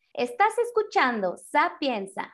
Estás escuchando Sapienza.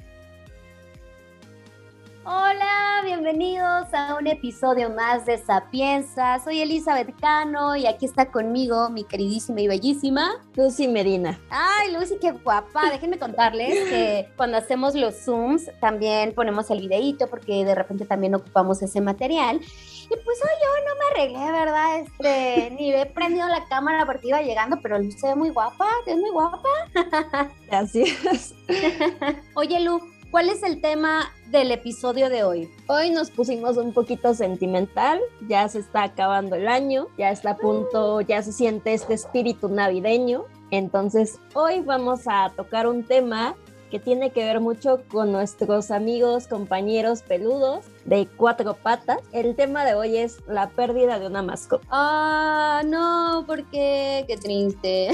Hola, bienvenidos a un episodio más de Sapienza. Soy Elizabeth Cano y aquí está conmigo mi queridísima y bellísima Lucy Medina. Ay, Lucy, qué guapa. Déjenme contarles que cuando hacemos los Zooms también ponemos el videíto porque de repente también ocupamos ese material. Y pues hoy yo no me arreglé, ¿verdad? Ni he prendido la cámara porque iba llegando, pero Lucy se ve muy guapa, es muy guapa. Así es. Oye, Lu, ¿cuál es el tema del episodio de hoy? Hoy nos pusimos un poquito sentimental, ya se está acabando el año, ya está a punto, ya se siente este espíritu navideño. Entonces hoy vamos a tocar un tema que tiene que ver mucho con nuestros amigos, compañeros peludos de cuatro patas. El tema de hoy es la pérdida de una mascota. Ah, no, ¿por qué? Qué triste.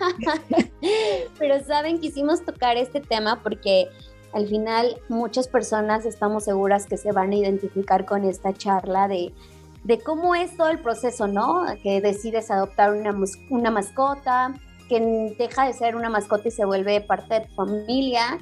Pero saben, quisimos tocar este tema porque al final muchas personas estamos seguras que se van a identificar con esta charla de cómo es todo el proceso, ¿no? Que decides adoptar una mascota, que deja de ser una mascota y se vuelve parte de tu familia,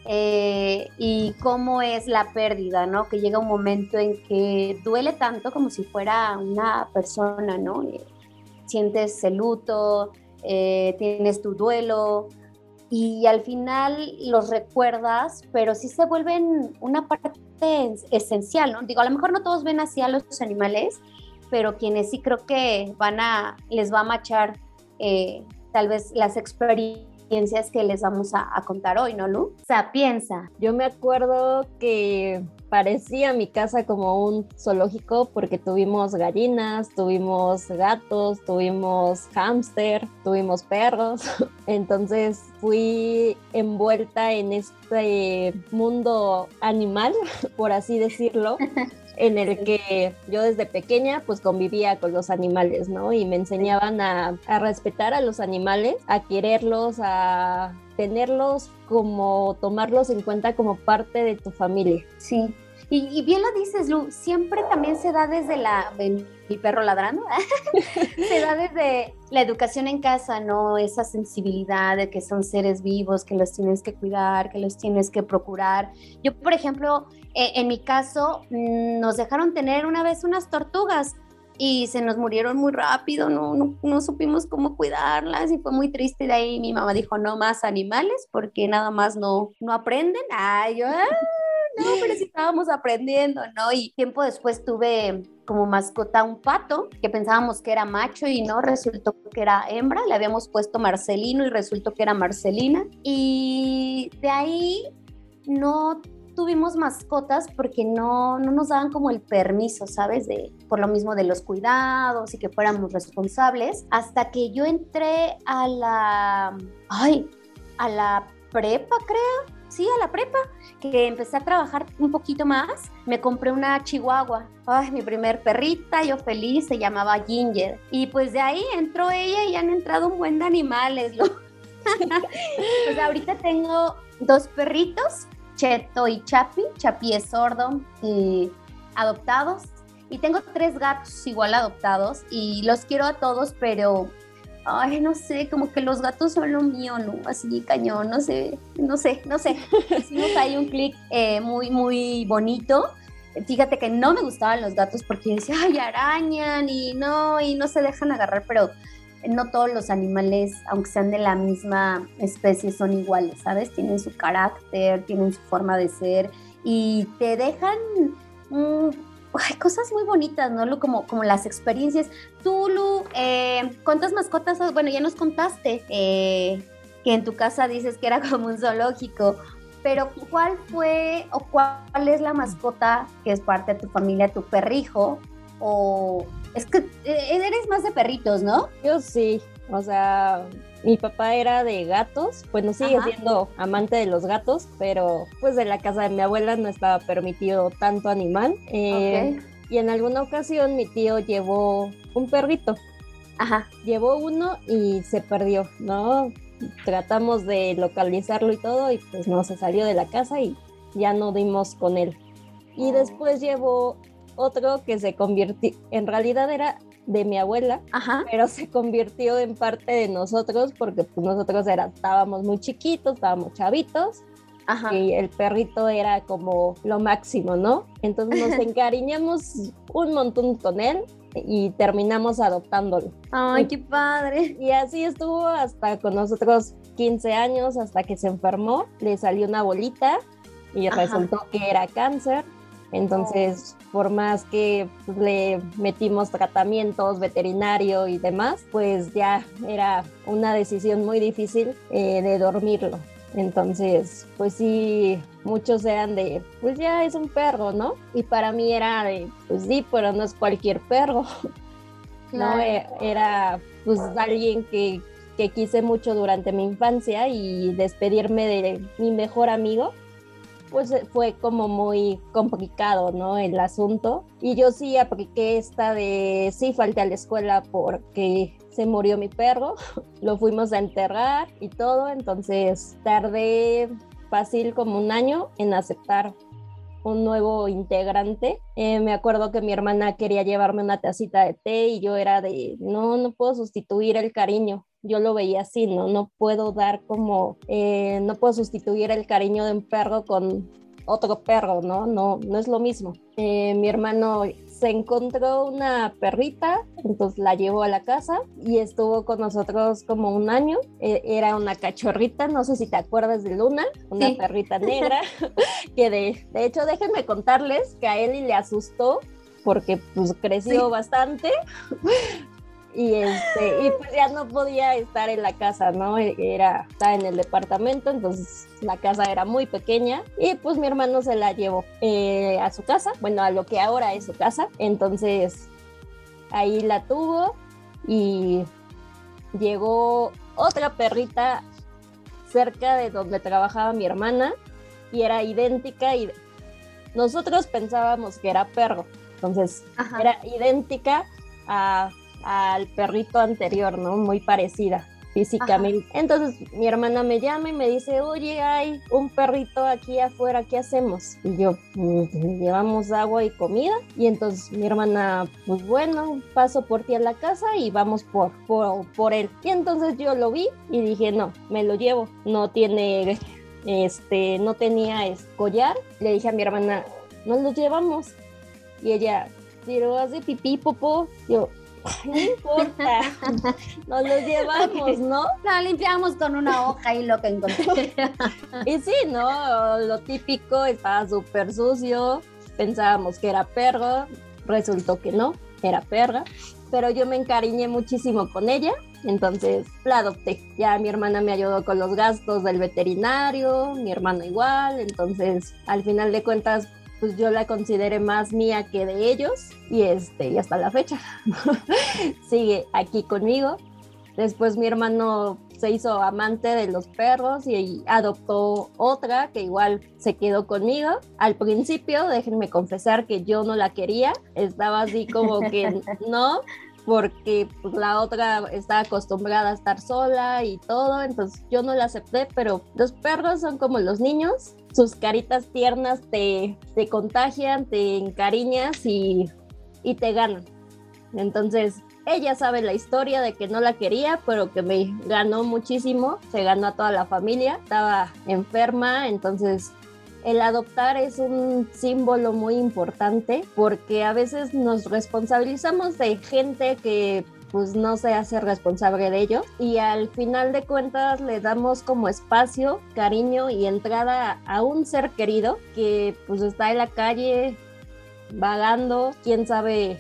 y cómo es la pérdida, ¿no? Que llega un momento en que duele tanto como si fuera una persona, ¿no? Sientes el luto, tienes tu duelo y al final los recuerdas, pero sí se vuelven una parte esencial, ¿no? Digo, a lo mejor no todos ven así a los animales, pero quienes sí creo que les va a machar tal vez las experiencias que les vamos a contar hoy, ¿no, Lu? Sapienza. Yo me acuerdo que parecía mi casa como un zoológico porque tuvimos gallinas, tuvimos gatos, tuvimos hámster, tuvimos perros. Entonces fui envuelta en este mundo animal, por así decirlo. En el que yo desde pequeña pues convivía con los animales, ¿no? Y me enseñaban a respetar a los animales, a quererlos, a tenerlos como, tomarlos en cuenta como parte de tu familia. Sí, y bien lo dices, Lu, siempre también se da desde mi perro ladrando, se da desde la educación en casa, ¿no? Esa sensibilidad de que son seres vivos, que los tienes que cuidar, que los tienes que procurar. Yo, por ejemplo, en mi caso, nos dejaron tener una vez unas tortugas y se nos murieron muy rápido, no supimos cómo cuidarlas y fue muy triste. De ahí mi mamá dijo, no más animales porque nada más no aprenden. Ay, yo... No, pero sí estábamos aprendiendo, ¿no? Y tiempo después tuve como mascota un pato que pensábamos que era macho y no, resultó que era hembra. Le habíamos puesto Marcelino y resultó que era Marcelina. Y de ahí no tuvimos mascotas porque no nos daban como el permiso, ¿sabes? Por lo mismo de los cuidados y que fuéramos responsables. Hasta que yo entré a la prepa, creo. Sí, a la prepa, que empecé a trabajar un poquito más, me compré una chihuahua. Ay, mi primer perrita, yo feliz, se llamaba Ginger. Y pues de ahí entró ella y han entrado un buen de animales. Pues ahorita tengo 2 perritos, Cheto y Chapi. Chapi es sordo, adoptados. Y tengo 3 gatos igual adoptados y los quiero a todos, pero... Ay, no sé, como que los gatos son lo mío, ¿no? Así cañón, no sé. Hicimos ahí un clic muy, muy bonito. Fíjate que no me gustaban los gatos porque decía, ay, arañan y no se dejan agarrar, pero no todos los animales, aunque sean de la misma especie, son iguales, ¿sabes? Tienen su carácter, tienen su forma de ser y te dejan... Hay cosas muy bonitas, ¿no? Como las experiencias. Tú, Lu, ¿cuántas mascotas? Bueno, ya nos contaste que en tu casa dices que era como un zoológico, pero ¿cuál fue o cuál es la mascota que es parte de tu familia, tu perrijo? O es que eres más de perritos, ¿no? Yo sí, o sea... Mi papá era de gatos, pues no sigue siendo amante de los gatos, pero pues de la casa de mi abuela no estaba permitido tanto animal. Y en alguna ocasión mi tío llevó un perrito. Ajá. Llevó uno y se perdió, ¿no? Tratamos de localizarlo y todo y pues no, se salió de la casa y ya no dimos con él. Y después llevó otro que se convirtió, en realidad era de mi abuela, Ajá. pero se convirtió en parte de nosotros porque pues nosotros estábamos muy chiquitos, estábamos chavitos. Ajá. Y el perrito era como lo máximo, ¿no? Entonces nos encariñamos un montón con él y terminamos adoptándolo. Ay, qué padre. Y así estuvo hasta con nosotros 15 años, hasta que se enfermó, le salió una bolita y Ajá. resultó que era cáncer. Entonces, por más que pues, le metimos tratamientos veterinario y demás, pues ya era una decisión muy difícil de dormirlo. Entonces, pues sí, muchos eran de, pues ya es un perro, ¿no? Y para mí era de, pues sí, pero no es cualquier perro, Claro. ¿no? Era pues alguien que quise mucho durante mi infancia y despedirme de mi mejor amigo, pues fue como muy complicado, ¿no? El asunto. Y yo sí apliqué esta de, sí, falté a la escuela porque se murió mi perro, lo fuimos a enterrar y todo, entonces tardé fácil como un año en aceptar un nuevo integrante. Me acuerdo que mi hermana quería llevarme una tacita de té y yo era de, no, no puedo sustituir el cariño. Yo lo veía así, ¿no? No puedo dar como, no puedo sustituir el cariño de un perro con otro perro, ¿no? No, no es lo mismo. Mi hermano se encontró una perrita, entonces la llevó a la casa y estuvo con nosotros como un año. Era una cachorrita, no sé si te acuerdas de Luna, una Sí. perrita negra, que de hecho déjenme contarles que a Eli le asustó porque pues creció Sí. bastante. Y pues ya no podía estar en la casa, ¿no? Estaba en el departamento, entonces la casa era muy pequeña y pues mi hermano se la llevó a su casa, bueno, a lo que ahora es su casa. Entonces ahí la tuvo y llegó otra perrita cerca de donde trabajaba mi hermana y era idéntica y nosotros pensábamos que era perro, entonces Ajá. era idéntica al perrito anterior, ¿no? Muy parecida físicamente. Ajá. Entonces mi hermana me llama y me dice, oye, hay un perrito aquí afuera, ¿qué hacemos? Y yo, llevamos agua y comida. Y entonces mi hermana, pues bueno, paso por ti a la casa y vamos por él. Y entonces yo lo vi y dije, no, me lo llevo. No tiene, no tenía collar. Le dije a mi hermana, nos lo llevamos. Y ella, pero hace pipí, popó. Yo, no importa, nos lo llevamos, ¿no? Lo limpiamos con una hoja y lo que encontré. Y sí, ¿no? Lo típico, estaba súper sucio, pensábamos que era perro, resultó que no, era perra, pero yo me encariñé muchísimo con ella, entonces la adopté. Ya mi hermana me ayudó con los gastos del veterinario, mi hermano igual, entonces al final de cuentas pues yo la consideré más mía que de ellos y hasta la fecha sigue aquí conmigo. Después mi hermano se hizo amante de los perros y adoptó otra que igual se quedó conmigo. Al principio, déjenme confesar que yo no la quería, estaba así como que no, porque pues, la otra estaba acostumbrada a estar sola y todo, entonces yo no la acepté, pero los perros son como los niños, sus caritas tiernas te contagian, te encariñas y te ganan. Entonces ella sabe la historia de que no la quería, pero que me ganó muchísimo, se ganó a toda la familia, estaba enferma, entonces el adoptar es un símbolo muy importante porque a veces nos responsabilizamos de gente que pues no se hace responsable de ello y al final de cuentas le damos como espacio, cariño y entrada a un ser querido que pues está en la calle vagando, quién sabe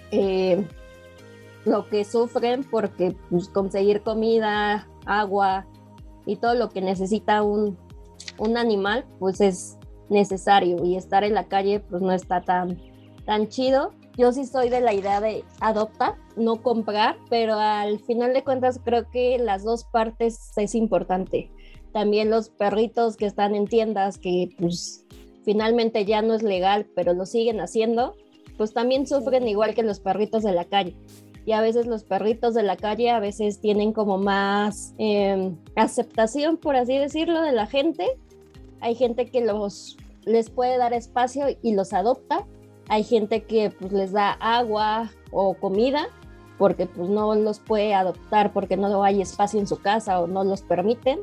lo que sufren porque pues, conseguir comida, agua y todo lo que necesita un animal pues es necesario y estar en la calle pues no está tan chido. Yo sí soy de la idea de adoptar, no comprar, pero al final de cuentas creo que las dos partes es importante. También los perritos que están en tiendas que pues finalmente ya no es legal, pero lo siguen haciendo, pues también sufren igual que los perritos de la calle. Y a veces los perritos de la calle a veces tienen como más aceptación, por así decirlo, de la gente. Hay gente que les puede dar espacio y los adopta. Hay gente que pues les da agua o comida porque pues no los puede adoptar porque no hay espacio en su casa o no los permiten.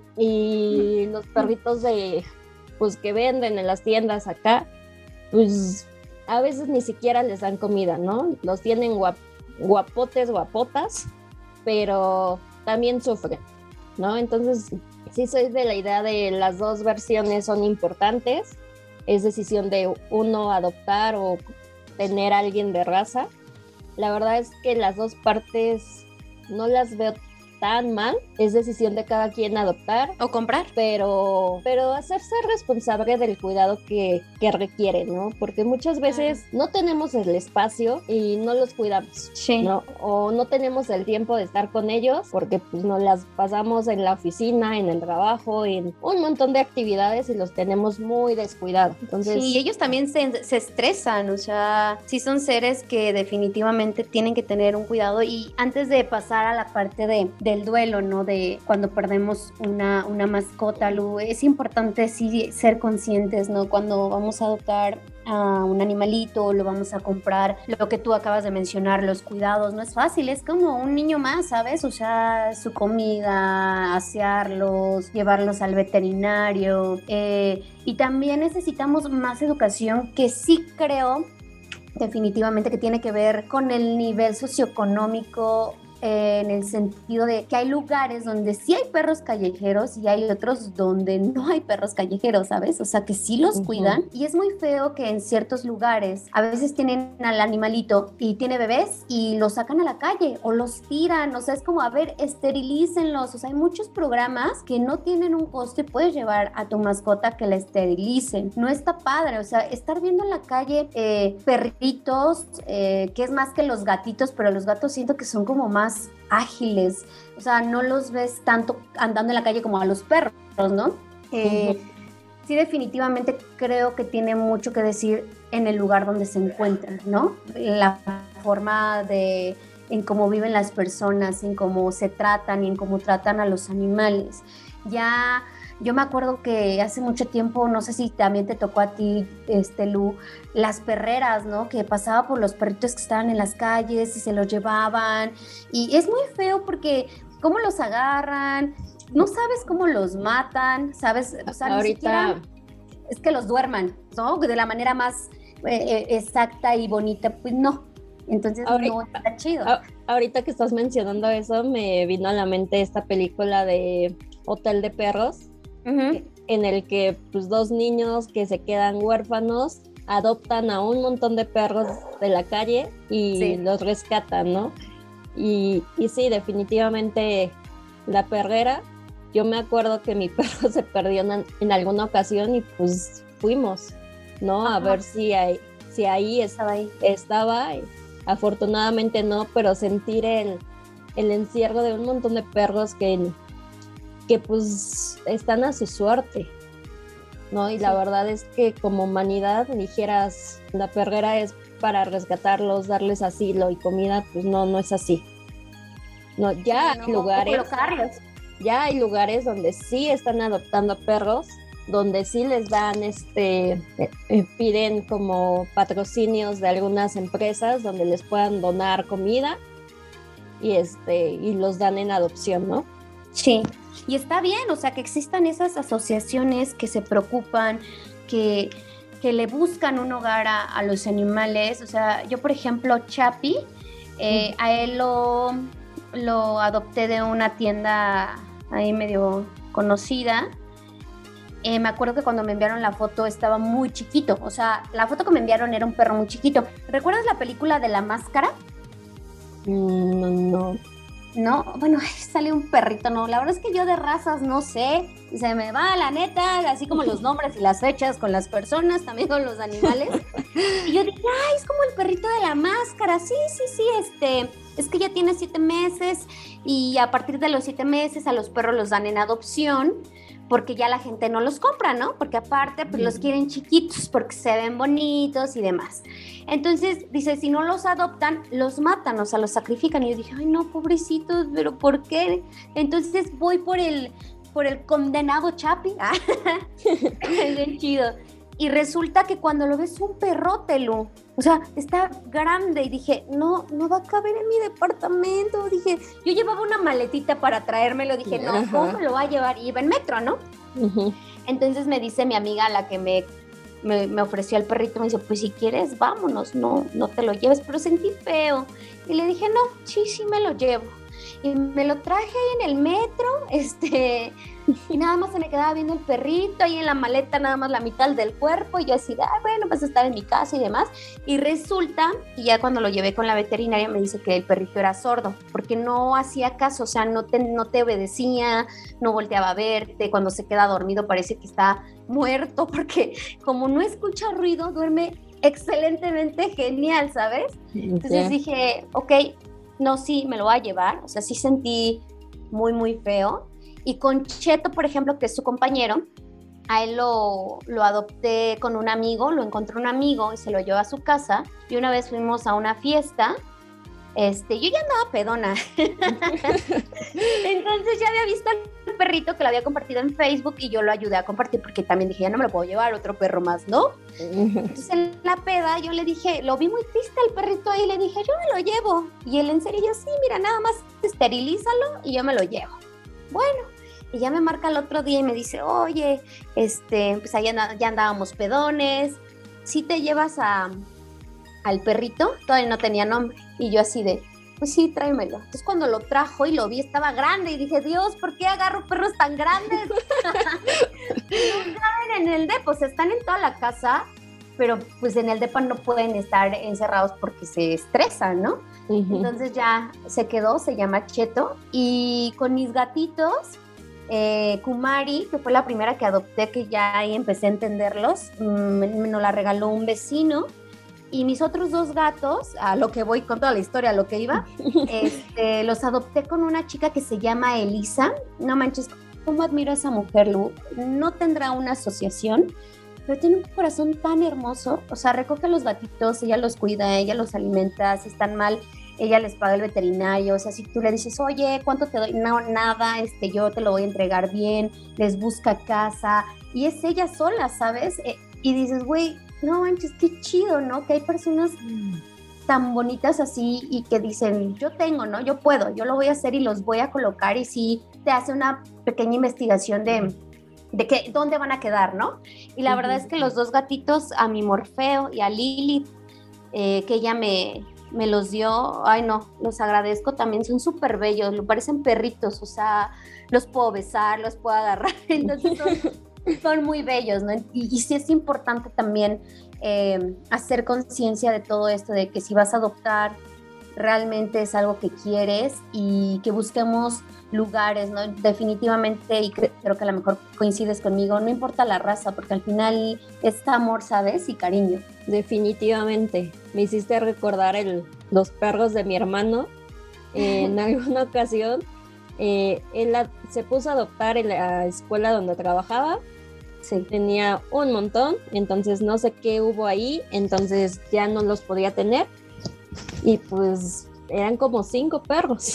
Y los perritos pues que venden en las tiendas acá, pues a veces ni siquiera les dan comida, ¿no? Los tienen guapotes, guapotas, pero también sufren, ¿no? Entonces sí soy de la idea de las dos versiones son importantes. Es decisión de uno adoptar o tener a alguien de raza. La verdad es que las dos partes no las veo tan mal, es decisión de cada quien adoptar o comprar, pero hacerse responsable del cuidado que requiere, ¿no? Porque muchas veces no tenemos el espacio y no los cuidamos, sí, ¿no? O no tenemos el tiempo de estar con ellos porque pues nos las pasamos en la oficina, en el trabajo, en un montón de actividades y los tenemos muy descuidados. Entonces, sí, ellos también se estresan, o sea, sí son seres que definitivamente tienen que tener un cuidado. Y antes de pasar a la parte del duelo, ¿no? De cuando perdemos una mascota, Lu, es importante sí ser conscientes, ¿no? Cuando vamos a adoptar a un animalito, lo vamos a comprar, lo que tú acabas de mencionar, los cuidados, no es fácil, es como un niño más, ¿sabes? O sea, su comida, asearlos, llevarlos al veterinario, y también necesitamos más educación, que sí creo definitivamente que tiene que ver con el nivel socioeconómico, en el sentido de que hay lugares donde sí hay perros callejeros y hay otros donde no hay perros callejeros, ¿sabes? O sea, que sí los cuidan. Y es muy feo que en ciertos lugares a veces tienen al animalito y tiene bebés y los sacan a la calle o los tiran. O sea, es como, a ver, esterilícenlos. O sea, hay muchos programas que no tienen un costo y puedes llevar a tu mascota que la esterilicen. No está padre. O sea, estar viendo en la calle perritos, que es más que los gatitos, pero los gatos siento que son como más ágiles, o sea, no los ves tanto andando en la calle como a los perros, ¿no? Sí, definitivamente creo que tiene mucho que decir en el lugar donde se encuentran, ¿no? La forma en cómo viven las personas, en cómo se tratan y en cómo tratan a los animales. Ya, yo me acuerdo que hace mucho tiempo, no sé si también te tocó a ti, Lu, las perreras, ¿no? Que pasaba por los perritos que estaban en las calles y se los llevaban. Y es muy feo porque cómo los agarran, no sabes cómo los matan, ¿sabes? O sea, ahorita ni siquiera es que los duerman, ¿no? De la manera más exacta y bonita, pues no. Entonces no está chido. Ahorita que estás mencionando eso, me vino a la mente esta película de Hotel de Perros, en el que pues dos niños que se quedan huérfanos adoptan a un montón de perros de la calle y los rescatan, ¿no? Y sí, definitivamente la perrera, yo me acuerdo que mi perro se perdió en alguna ocasión y pues fuimos, ¿no? A ver si ahí estaba. Afortunadamente no, pero sentir el encierro de un montón de perros que pues están a su suerte, ¿no? Y la verdad es que como humanidad dijeras, la perrera es para rescatarlos, darles asilo y comida, pues no es así. No, ya hay lugares donde sí están adoptando perros, donde sí les dan piden como patrocinios de algunas empresas donde les puedan donar comida y los dan en adopción, ¿no? Sí, y está bien, o sea, que existan esas asociaciones que se preocupan, que le buscan un hogar a los animales. O sea, yo por ejemplo, Chapi, a él lo adopté de una tienda ahí medio conocida. Me acuerdo que cuando me enviaron la foto estaba muy chiquito, o sea, la foto que me enviaron era un perro muy chiquito. ¿Recuerdas la película de La Máscara? No. No, bueno, sale un perrito, no, la verdad es que yo de razas no sé, y se me va la neta, así como los nombres y las fechas con las personas, también con los animales. Y yo dije, ay, es como el perrito de La Máscara. Sí, es que ya tiene 7 meses y a partir de los 7 meses a los perros los dan en adopción porque ya la gente no los compra, ¿no? Porque aparte pues los quieren chiquitos porque se ven bonitos y demás. Entonces, dice, si no los adoptan, los matan, o sea, los sacrifican. Y yo dije, ay, no, pobrecitos, ¿pero por qué? Entonces voy por el condenado Chapi. Bien chido. Y resulta que cuando lo ves un perrote, Lu, O sea, está grande y dije, no, no va a caber en mi departamento. Dije, yo llevaba una maletita para traérmelo. Dije, no, ¿cómo me lo va a llevar? Y iba en metro, ¿no? Uh-huh. Entonces me dice mi amiga, la que me ofreció el perrito, me dice, pues si quieres, vámonos, no te lo lleves. Pero sentí feo. Y le dije, no, sí, sí me lo llevo. Y me lo traje ahí en el metro, y nada más se me quedaba viendo el perrito, ahí en la maleta nada más la mitad del cuerpo, y yo así, bueno, vas a estar en mi casa y demás. Y resulta que ya cuando lo llevé con la veterinaria me dice que el perrito era sordo, porque no hacía caso, o sea, no te obedecía, no volteaba a verte, cuando se queda dormido parece que está muerto, porque como no escucha ruido, duerme excelentemente genial, ¿sabes? Entonces dije, ok, no, sí, me lo voy a llevar, o sea, sí sentí muy, muy feo. Y con Cheto, por ejemplo, que es su compañero, a él lo adopté con un amigo, lo encontró un amigo y se lo llevó a su casa. Y una vez fuimos a una fiesta, yo ya andaba pedona. Entonces ya había visto al perrito que lo había compartido en Facebook y yo lo ayudé a compartir porque también dije, ya no me lo puedo llevar, otro perro más, ¿no? Entonces en la peda yo le dije, lo vi muy triste el perrito ahí, le dije, yo me lo llevo. Y él en serio, yo sí, mira, nada más esterilízalo y yo me lo llevo. Bueno, y ya me marca el otro día y me dice, oye, pues ahí ya andábamos pedones, ¿sí te llevas al perrito? Todavía no tenía nombre. Y yo así de, pues sí, tráemelo. Entonces cuando lo trajo y lo vi, estaba grande y dije, Dios, ¿por qué agarro perros tan grandes? No caben en el depa, o sea, están en toda la casa, pero pues en el depa no pueden estar encerrados porque se estresan, ¿no? Uh-huh. Entonces ya se quedó, se llama Cheto. Y con mis gatitos, Kumari, que fue la primera que adopté, que ya ahí empecé a entenderlos, me nos la regaló un vecino. Y mis otros dos gatos, a lo que voy con toda la historia, a lo que iba, los adopté con una chica que se llama Elisa. No manches, cómo admiro a esa mujer, Lu. No tendrá una asociación, pero tiene un corazón tan hermoso. O sea, recoge a los gatitos, ella los cuida, ella los alimenta, si están mal, ella les paga el veterinario. O sea, si tú le dices, oye, ¿cuánto te doy? No, nada, yo te lo voy a entregar bien, les busca casa. Y es ella sola, ¿sabes? Y dices, güey, no manches, qué chido, ¿no? Que hay personas tan bonitas así y que dicen, yo tengo, ¿no? Yo puedo, yo lo voy a hacer y los voy a colocar, y sí te hace una pequeña investigación de que, dónde van a quedar, ¿no? Y la verdad es que los dos gatitos, a mi Morfeo y a Lili, que ella me los dio, ay no, los agradezco también, son súper bellos, lo parecen perritos, o sea, los puedo besar, los puedo agarrar, entonces son muy bellos, ¿no? Y sí es importante también hacer conciencia de todo esto, de que si vas a adoptar, realmente es algo que quieres, y que busquemos lugares, ¿no? Definitivamente, y creo que a lo mejor coincides conmigo, no importa la raza, porque al final es amor, ¿sabes? Y cariño. Definitivamente. Me hiciste recordar los perros de mi hermano. En alguna ocasión él se puso a adoptar en la escuela donde trabajaba. Sí. Tenía un montón, entonces no sé qué hubo ahí, entonces ya no los podía tener, y pues eran como 5 perros.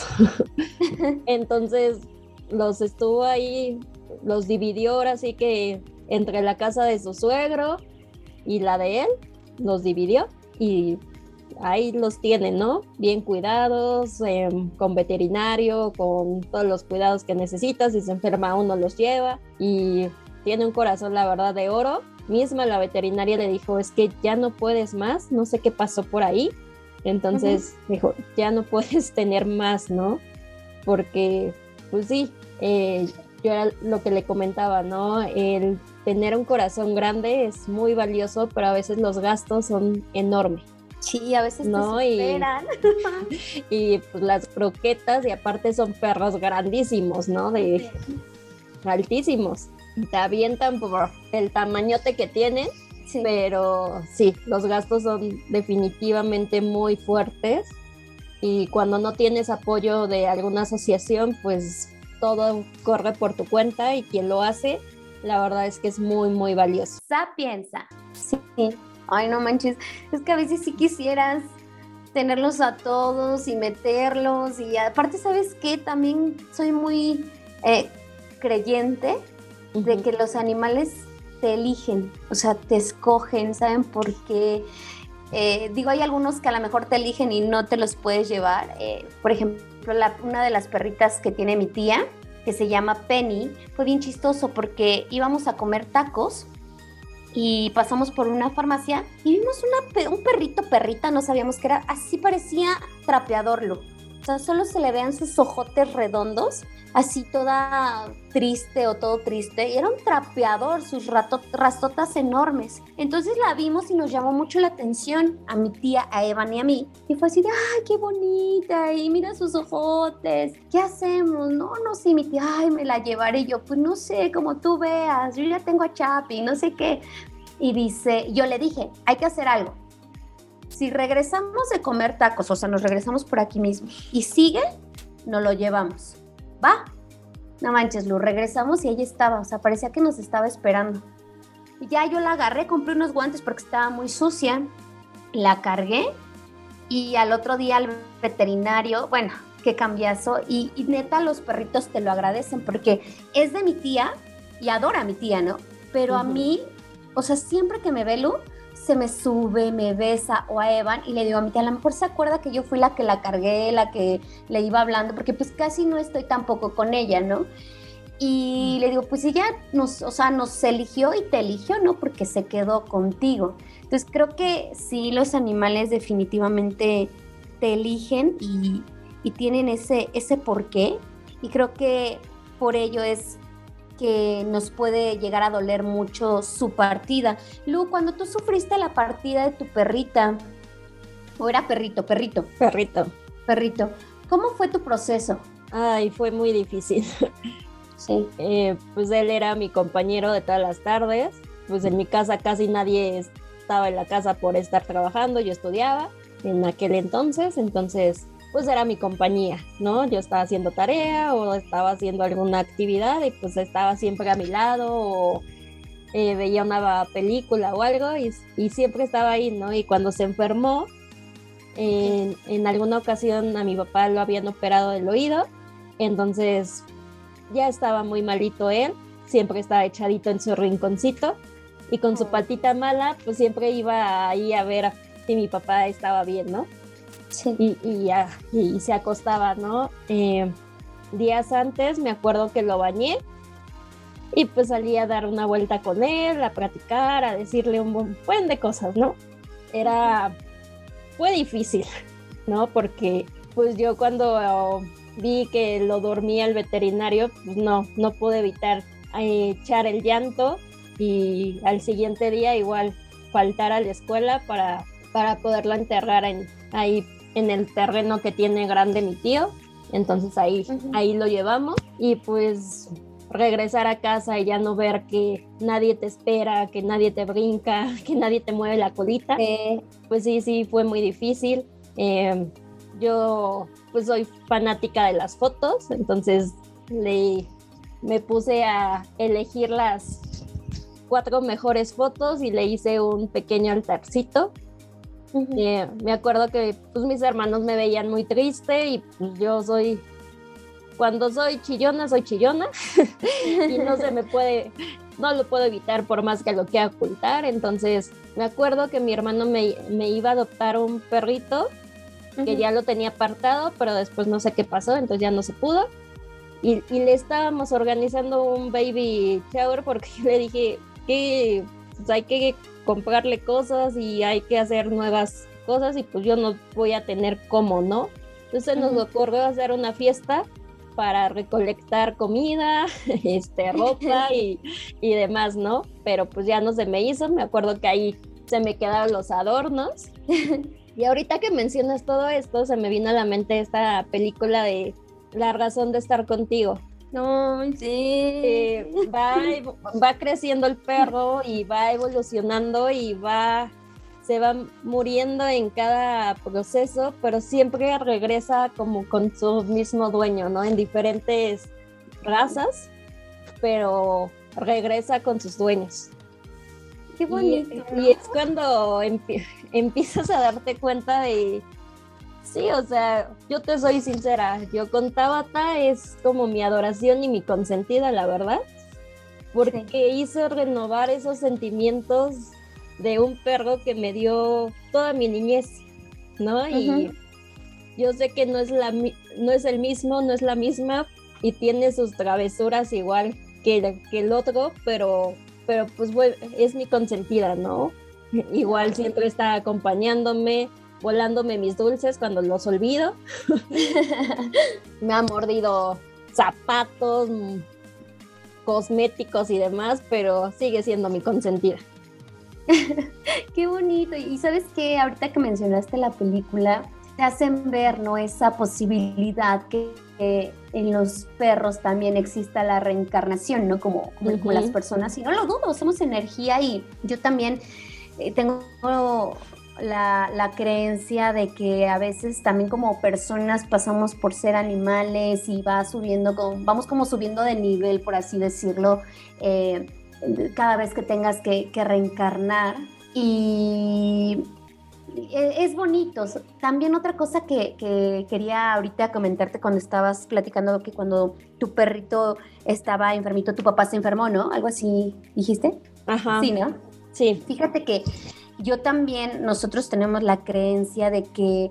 Entonces los estuvo ahí, los dividió ahora sí que entre la casa de su suegro y la de él, los dividió y ahí los tiene, ¿no? Bien cuidados, con veterinario, con todos los cuidados que necesita. Si se enferma uno los lleva, y tiene un corazón, la verdad, de oro. Misma la veterinaria le dijo, es que ya no puedes más, no sé qué pasó por ahí. Entonces dijo, ya no puedes tener más, ¿no? Porque, pues sí, yo era lo que le comentaba, ¿no? El tener un corazón grande es muy valioso, pero a veces los gastos son enormes. Sí, a veces ¿no? Te superan. Y pues las croquetas, y aparte son perros grandísimos, ¿no? Altísimos. Te avientan por el tamañote que tienen, sí. Pero sí, los gastos son definitivamente muy fuertes, y cuando no tienes apoyo de alguna asociación, pues todo corre por tu cuenta, y quien lo hace, la verdad es que es muy, muy valioso. Sapienza, sí. Ay, no manches, es que a veces sí quisieras tenerlos a todos y meterlos, y aparte, ¿sabes qué? También soy muy creyente de que los animales te eligen, o sea, te escogen, ¿saben por qué? Digo, hay algunos que a lo mejor te eligen y no te los puedes llevar. Por ejemplo, una de las perritas que tiene mi tía, que se llama Penny, fue bien chistoso porque íbamos a comer tacos y pasamos por una farmacia y vimos un perrita, no sabíamos qué era, así parecía trapeador, Lu. O sea, solo se le vean sus ojotes redondos, así toda triste o todo triste, y era un trapeador, sus rastotas enormes. Entonces la vimos y nos llamó mucho la atención a mi tía, a Evan y a mí, y fue así de, ¡ay, qué bonita! Y mira sus ojotes, ¿qué hacemos? No sé, mi tía, ¡ay, me la llevaré! Y yo, pues no sé, como tú veas, yo ya tengo a Chapi, no sé qué. Y dice, yo le dije, hay que hacer algo. Si regresamos de comer tacos, o sea, nos regresamos por aquí mismo, y sigue, nos lo llevamos. ¿Va? No manches, Lu, regresamos y ella estaba, o sea, parecía que nos estaba esperando. Y ya yo la agarré, compré unos guantes porque estaba muy sucia, la cargué y al otro día al veterinario, bueno, qué cambiazo, y neta los perritos te lo agradecen porque es de mi tía y adora a mi tía, ¿no? Pero a mí, o sea, siempre que me ve Lu, se me sube, me besa, o a Evan, y le digo a mi tía, a lo mejor se acuerda que yo fui la que la cargué, la que le iba hablando, porque pues casi no estoy tampoco con ella, ¿no? Y le digo, pues ella nos eligió y te eligió, ¿no? Porque se quedó contigo. Entonces creo que sí, los animales definitivamente te eligen y tienen ese porqué, y creo que por ello es que nos puede llegar a doler mucho su partida. Lu, cuando tú sufriste la partida de tu perrita, o era perrito, ¿cómo fue tu proceso? Ay, fue muy difícil. Sí. Pues él era mi compañero de todas las tardes, pues en mi casa casi nadie estaba en la casa por estar trabajando, yo estudiaba en aquel entonces pues era mi compañía, ¿no? Yo estaba haciendo tarea o estaba haciendo alguna actividad y pues estaba siempre a mi lado o veía una película o algo y siempre estaba ahí, ¿no? Y cuando se enfermó, en alguna ocasión a mi papá lo habían operado del oído, entonces ya estaba muy malito él, siempre estaba echadito en su rinconcito y con su patita mala, pues siempre iba ahí a ver si mi papá estaba bien, ¿no? Sí. Y se acostaba, ¿no? Días antes me acuerdo que lo bañé y pues salí a dar una vuelta con él, a platicar, a decirle un buen de cosas, ¿no? Fue difícil, ¿no? Porque pues yo cuando vi que lo dormía el veterinario, pues no pude evitar echar el llanto y al siguiente día igual faltar a la escuela para poderlo enterrar ahí en el terreno que tiene grande mi tío. Entonces ahí lo llevamos y pues regresar a casa y ya no ver que nadie te espera, que nadie te brinca, que nadie te mueve la colita, pues sí fue muy difícil. Yo pues soy fanática de las fotos, entonces me puse a elegir las 4 mejores fotos y le hice un pequeño altarcito. Me acuerdo que pues mis hermanos me veían muy triste y pues cuando soy chillona y no lo puedo evitar por más que lo quiera ocultar. Entonces me acuerdo que mi hermano me iba a adoptar un perrito que ya lo tenía apartado, pero después no sé qué pasó, entonces ya no se pudo y le estábamos organizando un baby shower porque le dije que pues, hay que comprarle cosas y hay que hacer nuevas cosas y pues yo no voy a tener cómo, ¿no? Entonces nos ocurrió hacer una fiesta para recolectar comida, ropa y demás, ¿no? Pero pues ya no se me hizo, me acuerdo que ahí se me quedaron los adornos. Y ahorita que mencionas todo esto, se me vino a la mente esta película de La razón de estar contigo. No, sí. Va creciendo el perro y va evolucionando y se va muriendo en cada proceso, pero siempre regresa como con su mismo dueño, ¿no? En diferentes razas, pero regresa con sus dueños. Qué bonito, ¿no? Y es cuando empiezas a darte cuenta de... Sí, o sea, yo te soy sincera, yo con Tabata es como mi adoración y mi consentida, la verdad, porque hizo renovar esos sentimientos de un perro que me dio toda mi niñez, ¿no? Y yo sé que no es el mismo, no es la misma, y tiene sus travesuras igual que el otro, pero pues bueno, es mi consentida, ¿no? Igual siempre está acompañándome, volándome mis dulces cuando los olvido. Me ha mordido zapatos, cosméticos y demás, pero sigue siendo mi consentida. Qué bonito. Y sabes qué, ahorita que mencionaste la película, te hacen ver, ¿no? Esa posibilidad que en los perros también exista la reencarnación, ¿no? Como las personas. Y no lo dudo, somos energía, y yo también tengo la creencia de que a veces también como personas pasamos por ser animales y vamos como subiendo de nivel, por así decirlo, cada vez que tengas que reencarnar. Y es bonito. También otra cosa que quería ahorita comentarte cuando estabas platicando, que cuando tu perrito estaba enfermito, tu papá se enfermó, ¿no? Algo así dijiste. Ajá. Sí, ¿no? Sí. Fíjate que yo también, nosotros tenemos la creencia de que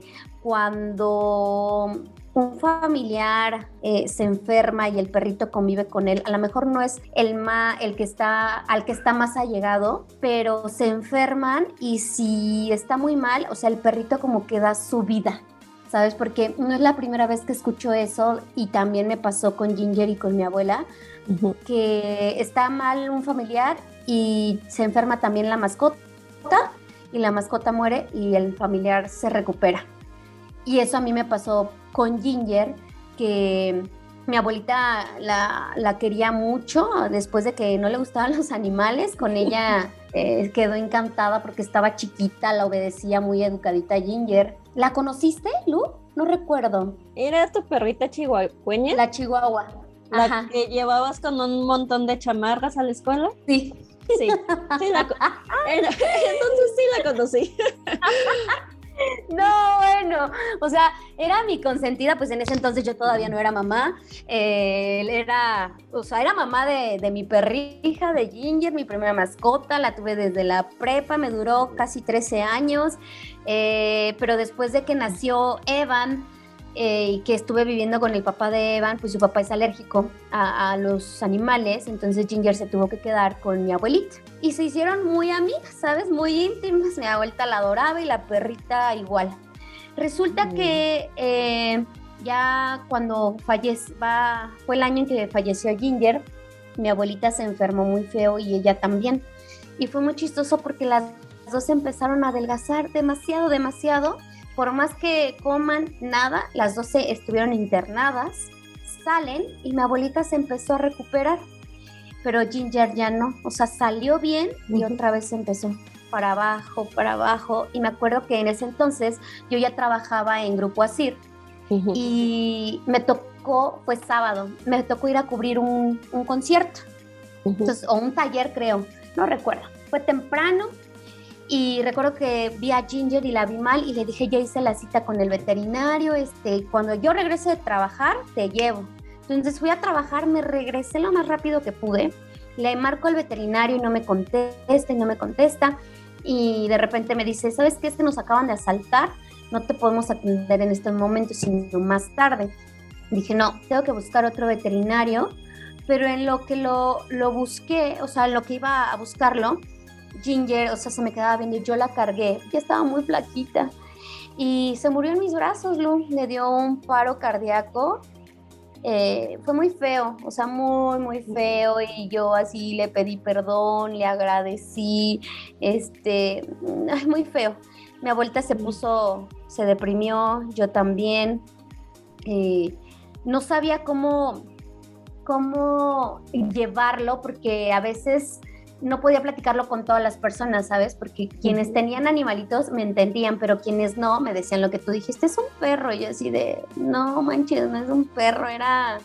cuando un familiar se enferma y el perrito convive con él, a lo mejor no es al que está más allegado, pero se enferman, y si está muy mal, o sea, el perrito como que da su vida, ¿sabes? Porque no es la primera vez que escucho eso, y también me pasó con Ginger y con mi abuela, que está mal un familiar y se enferma también la mascota, y la mascota muere y el familiar se recupera. Y eso a mí me pasó con Ginger, que mi abuelita la quería mucho después de que no le gustaban los animales. Con ella quedó encantada porque estaba chiquita, la obedecía, muy educadita Ginger. ¿La conociste, Lu? No recuerdo. ¿Era tu perrita chihuahueña? La chihuahua. ¿La que llevabas con un montón de chamarras a la escuela? Sí. Sí, entonces sí la conocí. No, bueno, o sea, era mi consentida, pues en ese entonces yo todavía no era mamá, era mamá de mi perrija, de Ginger, mi primera mascota, la tuve desde la prepa, me duró casi 13 años, pero después de que nació Evan, y que estuve viviendo con el papá de Evan, pues su papá es alérgico a los animales, entonces Ginger se tuvo que quedar con mi abuelita. Y se hicieron muy amigas, ¿sabes? Muy íntimas. Mi abuelita la adoraba y la perrita igual. Resulta que ya cuando fue el año en que falleció Ginger, mi abuelita se enfermó muy feo y ella también. Y fue muy chistoso porque las dos empezaron a adelgazar demasiado, demasiado. Por más que coman nada, las dos estuvieron internadas, salen y mi abuelita se empezó a recuperar, pero Ginger ya no, o sea, salió bien y otra vez empezó para abajo, y me acuerdo que en ese entonces yo ya trabajaba en Grupo Asir y fue sábado, me tocó ir a cubrir un concierto, entonces, o un taller creo, no recuerdo, fue temprano. Y recuerdo que vi a Ginger y la vi mal y le dije, ya hice la cita con el veterinario, cuando yo regrese de trabajar, te llevo. Entonces fui a trabajar, me regresé lo más rápido que pude, le marco al veterinario y no me contesta, y de repente me dice, ¿sabes qué? Nos acaban de asaltar, no te podemos atender en estos momentos, sino más tarde. Dije, no, tengo que buscar otro veterinario, pero en lo que lo busqué, o sea, en lo que iba a buscarlo, Ginger, o sea, se me quedaba viendo, yo la cargué, ya estaba muy flaquita y se murió en mis brazos, Lu, le dio un paro cardíaco, fue muy feo, o sea, muy, muy feo, y yo así le pedí perdón, le agradecí, muy feo. Mi abuelita se deprimió, yo también, no sabía cómo llevarlo, porque a veces no podía platicarlo con todas las personas, ¿sabes? Porque quienes tenían animalitos me entendían, pero quienes no, me decían lo que tú dijiste, es un perro. Y yo así de, no manches, no es un perro, era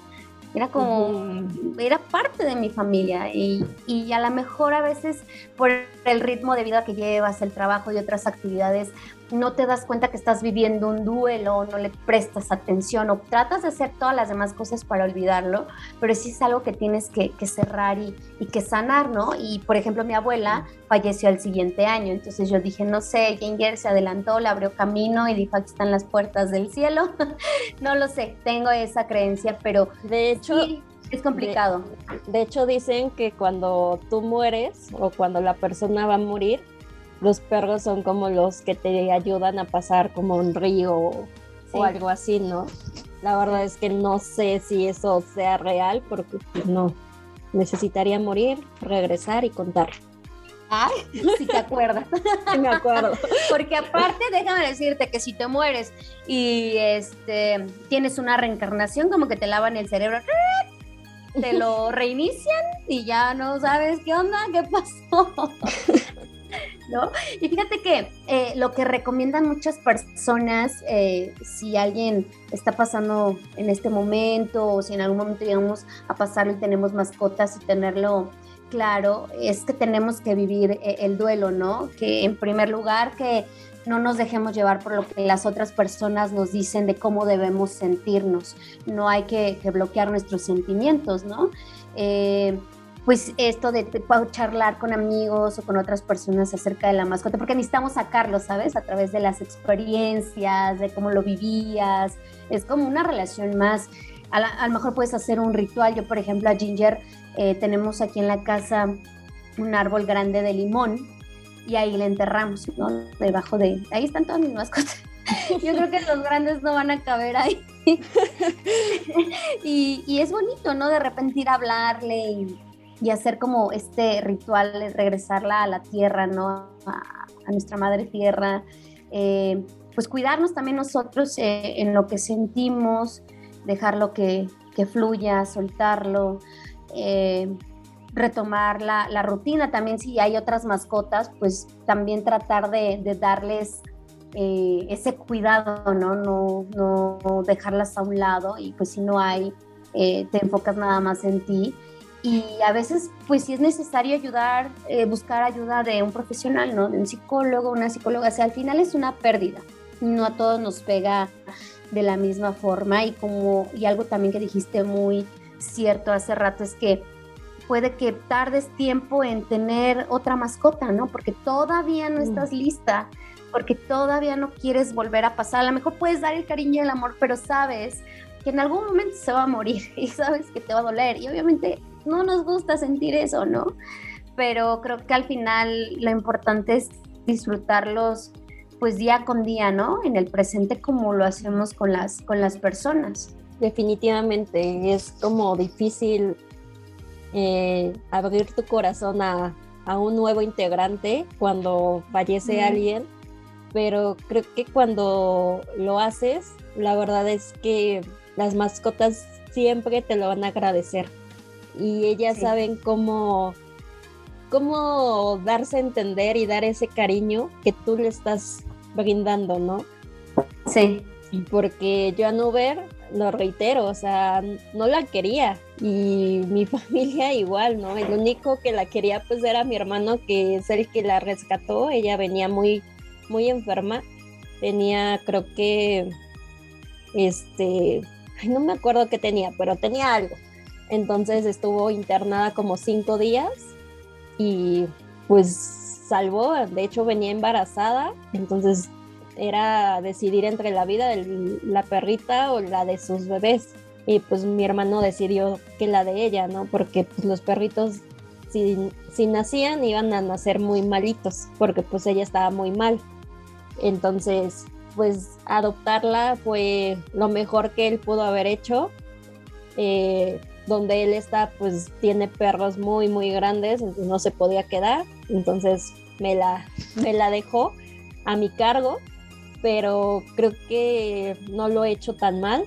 parte de mi familia. Y a lo mejor a veces por el ritmo de vida que llevas, el trabajo y otras actividades, no te das cuenta que estás viviendo un duelo, no le prestas atención o tratas de hacer todas las demás cosas para olvidarlo, pero sí es algo que tienes que cerrar y que sanar, ¿no? Y por ejemplo, mi abuela falleció el siguiente año, entonces yo dije, no sé, Ginger se adelantó, le abrió camino y dijo, aquí están las puertas del cielo. No lo sé, tengo esa creencia, pero De hecho, sí, es complicado. de hecho dicen que cuando tú mueres o cuando la persona va a morir, los perros son como los que te ayudan a pasar como un río Sí. o algo así, ¿no? La verdad es que no sé si eso sea real porque pues, no, necesitaría morir, regresar y contar. Ay, si te acuerdas. Sí me acuerdo. Porque aparte, déjame decirte que si te mueres y tienes una reencarnación, como que te lavan el cerebro, te lo reinician y ya no sabes qué onda, qué pasó. ¿No? Y fíjate que lo que recomiendan muchas personas, si alguien está pasando en este momento o si en algún momento llegamos a pasarlo y tenemos mascotas y tenerlo claro, es que tenemos que vivir el duelo, ¿no? Que en primer lugar que no nos dejemos llevar por lo que las otras personas nos dicen de cómo debemos sentirnos. No hay que bloquear nuestros sentimientos, ¿no? Pues esto de charlar con amigos o con otras personas acerca de la mascota, porque necesitamos sacarlo, ¿sabes? A través de las experiencias, de cómo lo vivías, es como una relación más. A lo mejor puedes hacer un ritual. Yo, por ejemplo, a Ginger tenemos aquí en la casa un árbol grande de limón y ahí le enterramos, ¿no? Debajo de... Ahí están todas mis mascotas. Yo creo que los grandes no van a caber ahí. y es bonito, ¿no? De repente ir a hablarle y hacer como este ritual de regresarla a la tierra, ¿no? A nuestra madre tierra. Pues cuidarnos también nosotros en lo que sentimos, dejarlo que fluya, soltarlo, retomar la rutina. También si hay otras mascotas, pues también tratar de darles ese cuidado, ¿no? No dejarlas a un lado y pues si no hay, te enfocas nada más en ti. Y a veces, pues si es necesario ayudar, buscar ayuda de un profesional, ¿no? De un psicólogo, una psicóloga. O sea, al final es una pérdida. No a todos nos pega de la misma forma y algo también que dijiste muy cierto hace rato es que puede que tardes tiempo en tener otra mascota, ¿no? Porque todavía no estás lista, porque todavía no quieres volver a pasar. A lo mejor puedes dar el cariño y el amor, pero sabes que en algún momento se va a morir y sabes que te va a doler y obviamente no nos gusta sentir eso, ¿no? Pero creo que al final lo importante es disfrutarlos pues día con día, ¿no? En el presente como lo hacemos con las personas. Definitivamente es como difícil abrir tu corazón a un nuevo integrante cuando fallece alguien, pero creo que cuando lo haces, la verdad es que las mascotas siempre te lo van a agradecer y ellas saben cómo darse a entender y dar ese cariño que tú le estás brindando, ¿no? Sí. Porque yo a Nuber, lo reitero, o sea, no la quería y mi familia igual, ¿no? El único que la quería pues era mi hermano, que es el que la rescató. Ella venía muy, muy enferma, tenía creo que, no me acuerdo qué tenía, pero tenía algo. Entonces estuvo internada como 5 días y pues salvó, de hecho venía embarazada, entonces era decidir entre la vida de la perrita o la de sus bebés. Y pues mi hermano decidió que la de ella, ¿no? Porque pues los perritos si nacían iban a nacer muy malitos, porque pues ella estaba muy mal. Entonces pues adoptarla fue lo mejor que él pudo haber hecho. Donde él está pues tiene perros muy muy grandes, entonces no se podía quedar, entonces me la dejó a mi cargo, pero creo que no lo he hecho tan mal.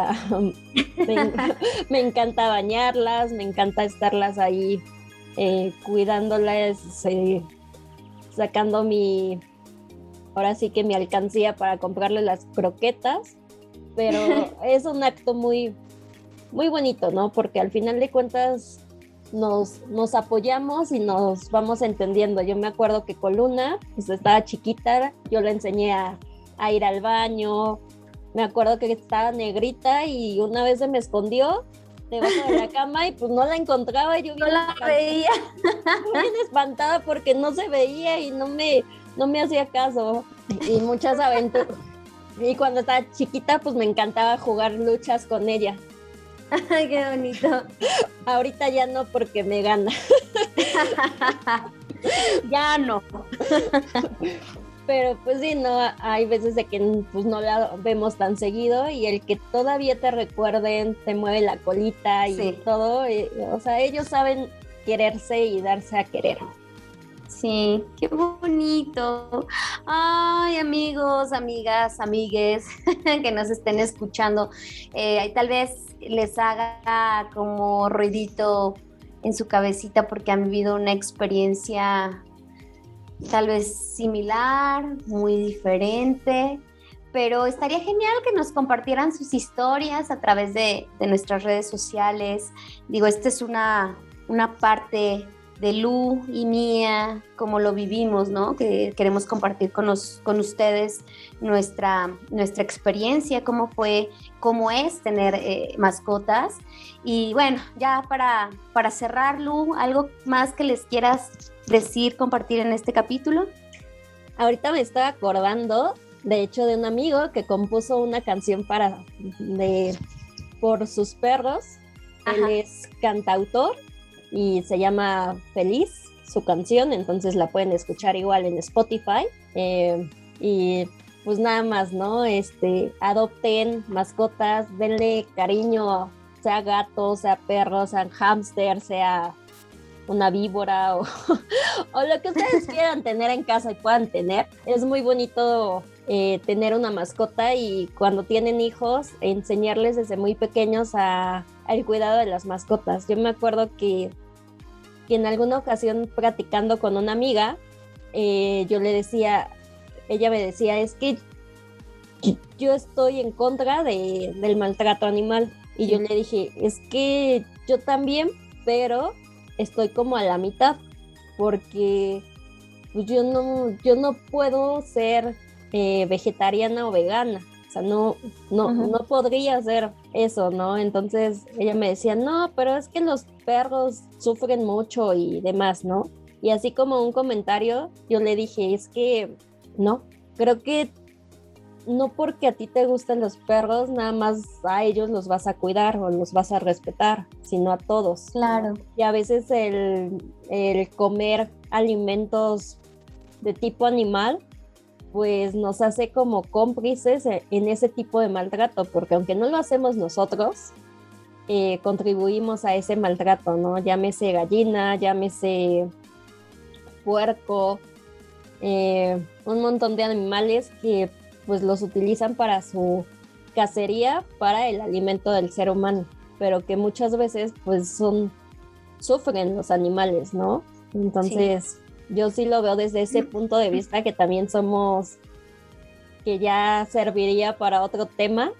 Me encanta bañarlas, me encanta estarlas ahí cuidándolas, sacando ahora sí que mi alcancía para comprarle las croquetas, pero es un acto muy, muy bonito, ¿no? Porque al final de cuentas nos apoyamos y nos vamos entendiendo. Yo me acuerdo que con Luna, pues estaba chiquita, yo le enseñé a ir al baño. Me acuerdo que estaba negrita y una vez se me escondió debajo de la cama y pues no la encontraba. Yo no la veía. Bien espantada porque no se veía y no me hacía caso. Y muchas aventuras. Y cuando estaba chiquita, pues me encantaba jugar luchas con ella. Ay, qué bonito. Ahorita ya no, porque me gana. Ya no. Pero pues sí, no, hay veces de que pues no la vemos tan seguido y el que todavía te recuerden, te mueve la colita y sí. todo, o sea, ellos saben quererse y darse a querer. Sí, qué bonito. Ay, amigos, amigas, amigues que nos estén escuchando, tal vez les haga como ruidito en su cabecita porque han vivido una experiencia tal vez similar, muy diferente, pero estaría genial que nos compartieran sus historias a través de nuestras redes sociales. Digo, esta es una parte de Lu y mía, como lo vivimos, ¿no? Que queremos compartir con ustedes nuestra experiencia, cómo es tener mascotas. Y bueno, ya para cerrar, Lu, ¿algo más que les quieras decir, compartir en este capítulo? Ahorita me estaba acordando, de hecho, de un amigo que compuso una canción por sus perros. Ajá. Él es cantautor y se llama Feliz, su canción, entonces la pueden escuchar igual en Spotify. Y pues nada más, ¿no? Adopten mascotas, denle cariño, sea gato, sea perro, sea hámster, sea una víbora o lo que ustedes quieran tener en casa y puedan tener. Es muy bonito tener una mascota y cuando tienen hijos, enseñarles desde muy pequeños al cuidado de las mascotas. Yo me acuerdo que en alguna ocasión practicando con una amiga, yo le decía, ella me decía, es que yo estoy en contra del maltrato animal. Y yo le dije, es que yo también, pero estoy como a la mitad, porque pues yo no puedo ser vegetariana o vegana. O sea, no podría hacer eso, ¿no? Entonces ella me decía, no, pero es que los perros sufren mucho y demás, ¿no? Y así como un comentario, yo le dije, es que no, creo que no porque a ti te gusten los perros, nada más a ellos los vas a cuidar o los vas a respetar, sino a todos. Claro. Y a veces el comer alimentos de tipo animal, pues nos hace como cómplices en ese tipo de maltrato, porque aunque no lo hacemos nosotros, contribuimos a ese maltrato, ¿no? Llámese gallina, llámese puerco, un montón de animales que pues los utilizan para su cacería, para el alimento del ser humano, pero que muchas veces pues sufren los animales, ¿no? Entonces sí. Yo sí lo veo desde ese punto de vista, que también que ya serviría para otro tema,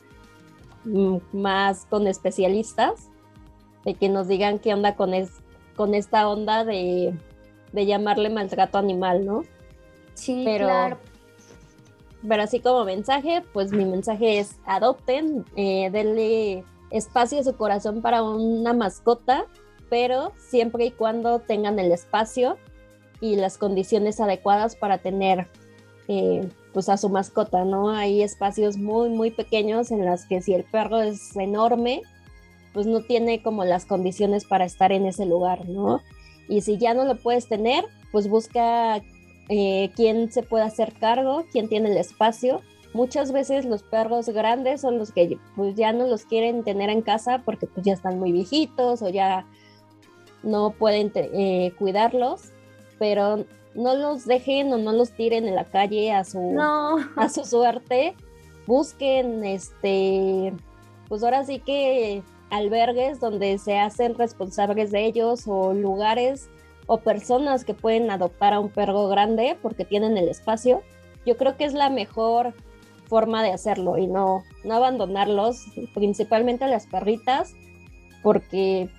más con especialistas, de que nos digan qué onda con esta onda de llamarle maltrato animal, ¿no? Sí, claro. Pero así como mensaje, pues mi mensaje es adopten, denle espacio a su corazón para una mascota, pero siempre y cuando tengan el espacio y las condiciones adecuadas para tener pues a su mascota, ¿no? Hay espacios muy, muy pequeños en las que si el perro es enorme, pues no tiene como las condiciones para estar en ese lugar, ¿no? Y si ya no lo puedes tener, pues busca quién se puede hacer cargo, quién tiene el espacio. Muchas veces los perros grandes son los que pues ya no los quieren tener en casa porque pues ya están muy viejitos o ya no pueden cuidarlos, pero no los dejen o no los tiren en la calle a su suerte. Busquen pues ahora sí que albergues donde se hacen responsables de ellos, o lugares o personas que pueden adoptar a un perro grande porque tienen el espacio. Yo creo que es la mejor forma de hacerlo y no abandonarlos, principalmente a las perritas, porque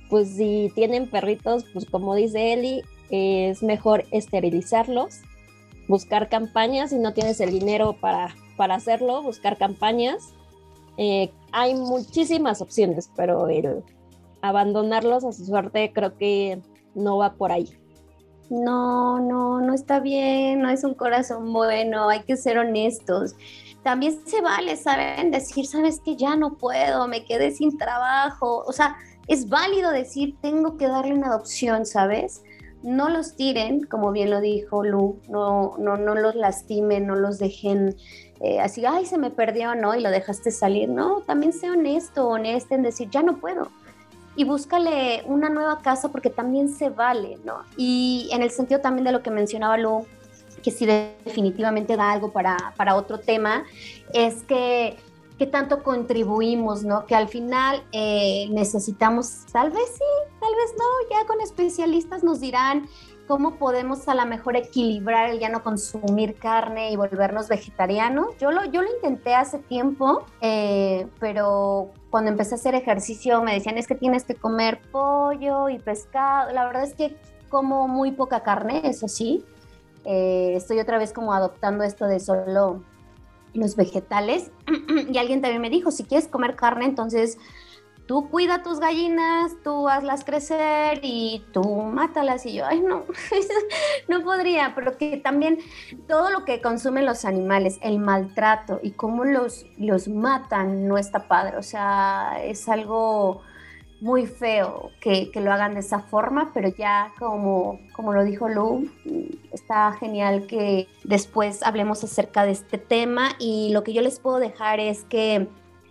pues si tienen perritos, pues como dice Eli, es mejor esterilizarlos, buscar campañas. Si no tienes el dinero para hacerlo, buscar campañas. Hay muchísimas opciones, pero el abandonarlos a su suerte creo que no va por ahí. No, no, no está bien, no es un corazón bueno, hay que ser honestos. También se vale, ¿saben? Decir, ¿sabes qué? Ya no puedo, me quedé sin trabajo. O sea, es válido decir, tengo que darle una adopción, ¿sabes? No los tiren, como bien lo dijo Lu, no los lastimen, no los dejen así, ay, se me perdió, ¿no? Y lo dejaste salir. No, también sé honesto, honesta en decir, ya no puedo. Y búscale una nueva casa porque también se vale, ¿no? Y en el sentido también de lo que mencionaba Lu, que sí definitivamente da algo para otro tema, es que tanto contribuimos, ¿no? Que al final necesitamos, tal vez sí, tal vez no, ya con especialistas nos dirán cómo podemos a lo mejor equilibrar el ya no consumir carne y volvernos vegetarianos. Yo lo intenté hace tiempo, pero cuando empecé a hacer ejercicio me decían es que tienes que comer pollo y pescado. La verdad es que como muy poca carne, eso sí. Estoy otra vez como adoptando esto de solo los vegetales. Y alguien también me dijo, si quieres comer carne, entonces tú cuida tus gallinas, tú hazlas crecer y tú mátalas. Y yo, ay, no, no podría, pero que también todo lo que consumen los animales, el maltrato y cómo los matan, no está padre. O sea, es algo muy feo que lo hagan de esa forma, pero ya como lo dijo Lu, está genial que después hablemos acerca de este tema. Y lo que yo les puedo dejar es que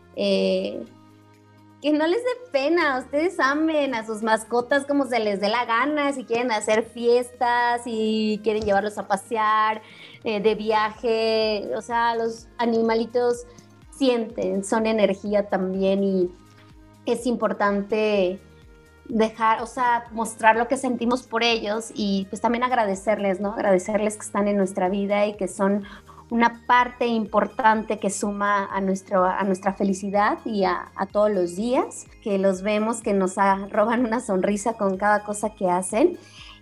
no les dé pena, ustedes amen a sus mascotas como se les dé la gana, si quieren hacer fiestas, si quieren llevarlos a pasear, de viaje. O sea, los animalitos sienten, son energía también, y es importante dejar, o sea, mostrar lo que sentimos por ellos y pues también agradecerles, ¿no? Agradecerles que están en nuestra vida y que son una parte importante que suma a nuestra felicidad y a todos los días, que los vemos, que nos roban una sonrisa con cada cosa que hacen.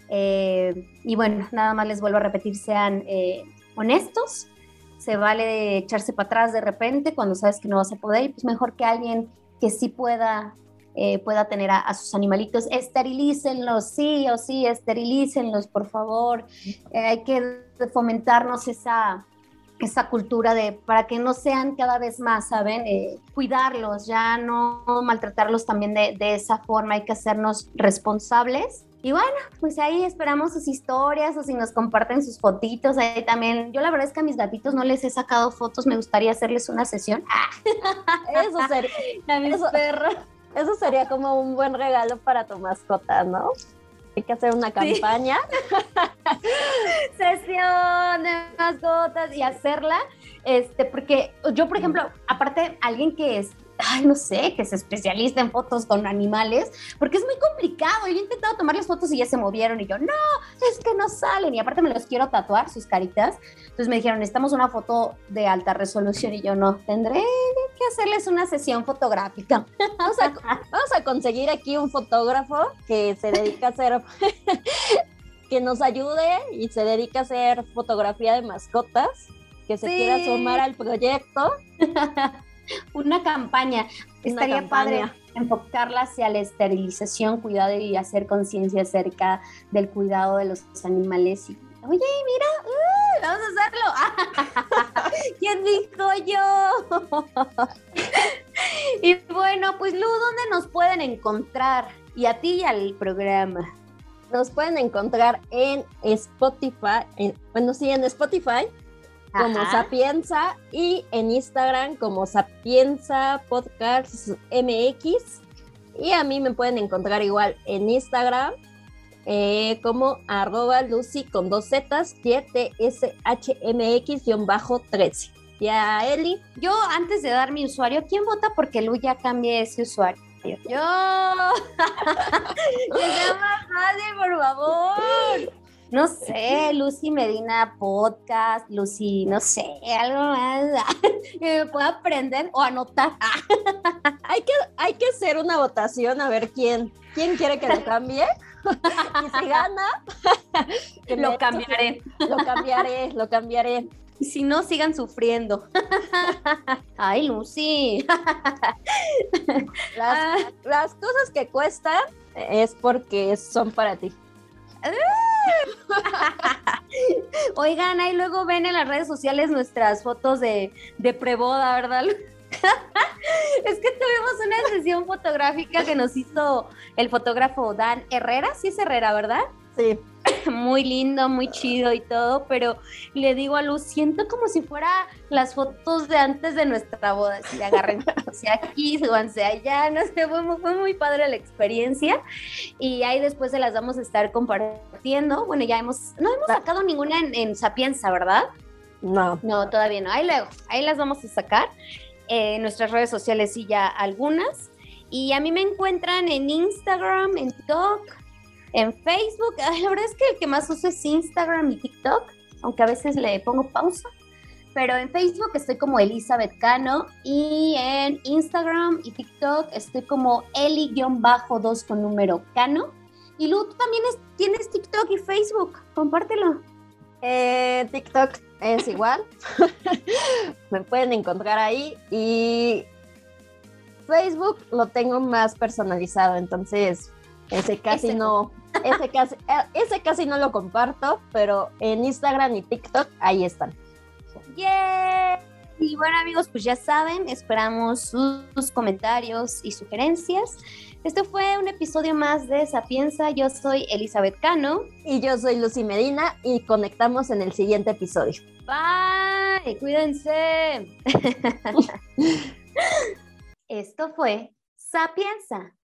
Y bueno, nada más les vuelvo a repetir, sean honestos. Se vale echarse para atrás de repente cuando sabes que no vas a poder, y pues mejor que alguien que sí pueda tener a sus animalitos. Esterilícenlos, sí o sí, esterilícenlos, por favor. Hay que fomentarnos esa cultura para que no sean cada vez más, ¿saben? Cuidarlos, ya no maltratarlos también de esa forma. Hay que hacernos responsables. Y bueno, pues ahí esperamos sus historias, o si nos comparten sus fotitos. Ahí también, yo la verdad es que a mis gatitos no les he sacado fotos, me gustaría hacerles una sesión. Eso sería, a mis perros. Eso sería como un buen regalo para tu mascota, ¿no? Hay que hacer una campaña. Sí. Sesión de mascotas y hacerla, porque yo, por ejemplo, aparte, alguien que es, ay, no sé, que se especialista en fotos con animales, porque es muy complicado. Yo he intentado tomarles fotos y ya se movieron, y yo, no, es que no salen, y aparte me los quiero tatuar, sus caritas. Entonces me dijeron, necesitamos una foto de alta resolución, y yo, no, tendré que hacerles una sesión fotográfica. Vamos a conseguir aquí un fotógrafo que se dedica a hacer que nos ayude y se dedica a hacer fotografía de mascotas, que se quiera sumar al proyecto. Una campaña. Estaría padre enfocarla hacia la esterilización, cuidado y hacer conciencia acerca del cuidado de los animales. Y, oye, mira, vamos a hacerlo. ¿Quién dijo yo? Y bueno, pues Lu, ¿dónde nos pueden encontrar? Y a ti y al programa. Nos pueden encontrar en Spotify, en Spotify como Sapienza, y en Instagram como Sapienza Podcast MX, y a mí me pueden encontrar igual en Instagram como @Lucy con 2 Zetas, TSHMX-13. Y a Eli, yo antes de dar mi usuario, ¿quién vota porque Lu ya cambie ese usuario? Yo. Que sea más fácil, por favor. No sé, Lucy Medina Podcast, Lucy, no sé, algo más que me pueda aprender o anotar. Hay que hacer una votación a ver quién quiere que lo cambie. Y si gana, Lo cambiaré. Lo cambiaré. Y si no, sigan sufriendo. Ay, Lucy. Las cosas que cuestan es porque son para ti. Oigan, ahí luego ven en las redes sociales nuestras fotos de preboda, ¿verdad? Es que tuvimos una sesión fotográfica que nos hizo el fotógrafo Dan Herrera, sí es Herrera, ¿verdad? Sí. Muy lindo, muy chido y todo, pero le digo a Luz, siento como si fuera las fotos de antes de nuestra boda, si agarren, aquí, súbanse allá, no sé, fue muy padre la experiencia, y ahí después se las vamos a estar compartiendo. Bueno, no hemos sacado ninguna en Sapienza, ¿verdad? No, todavía no, ahí las vamos a sacar, en nuestras redes sociales sí ya algunas, y a mí me encuentran en Instagram, en TikTok, en Facebook. La verdad es que el que más uso es Instagram y TikTok, aunque a veces le pongo pausa, pero en Facebook estoy como Elizabeth Cano y en Instagram y TikTok estoy como Eli-2 con número Cano. Y Lu, tú también tienes TikTok y Facebook, compártelo. TikTok es igual. Me pueden encontrar ahí, y Facebook lo tengo más personalizado, entonces ese casi no lo comparto, pero en Instagram y TikTok ahí están. ¡Yeah! Y bueno, amigos, pues ya saben, esperamos sus comentarios y sugerencias. Este fue un episodio más de Sapienza. Yo soy Elizabeth Cano. Y yo soy Lucy Medina, y conectamos en el siguiente episodio. Bye, cuídense. Esto fue Sapienza.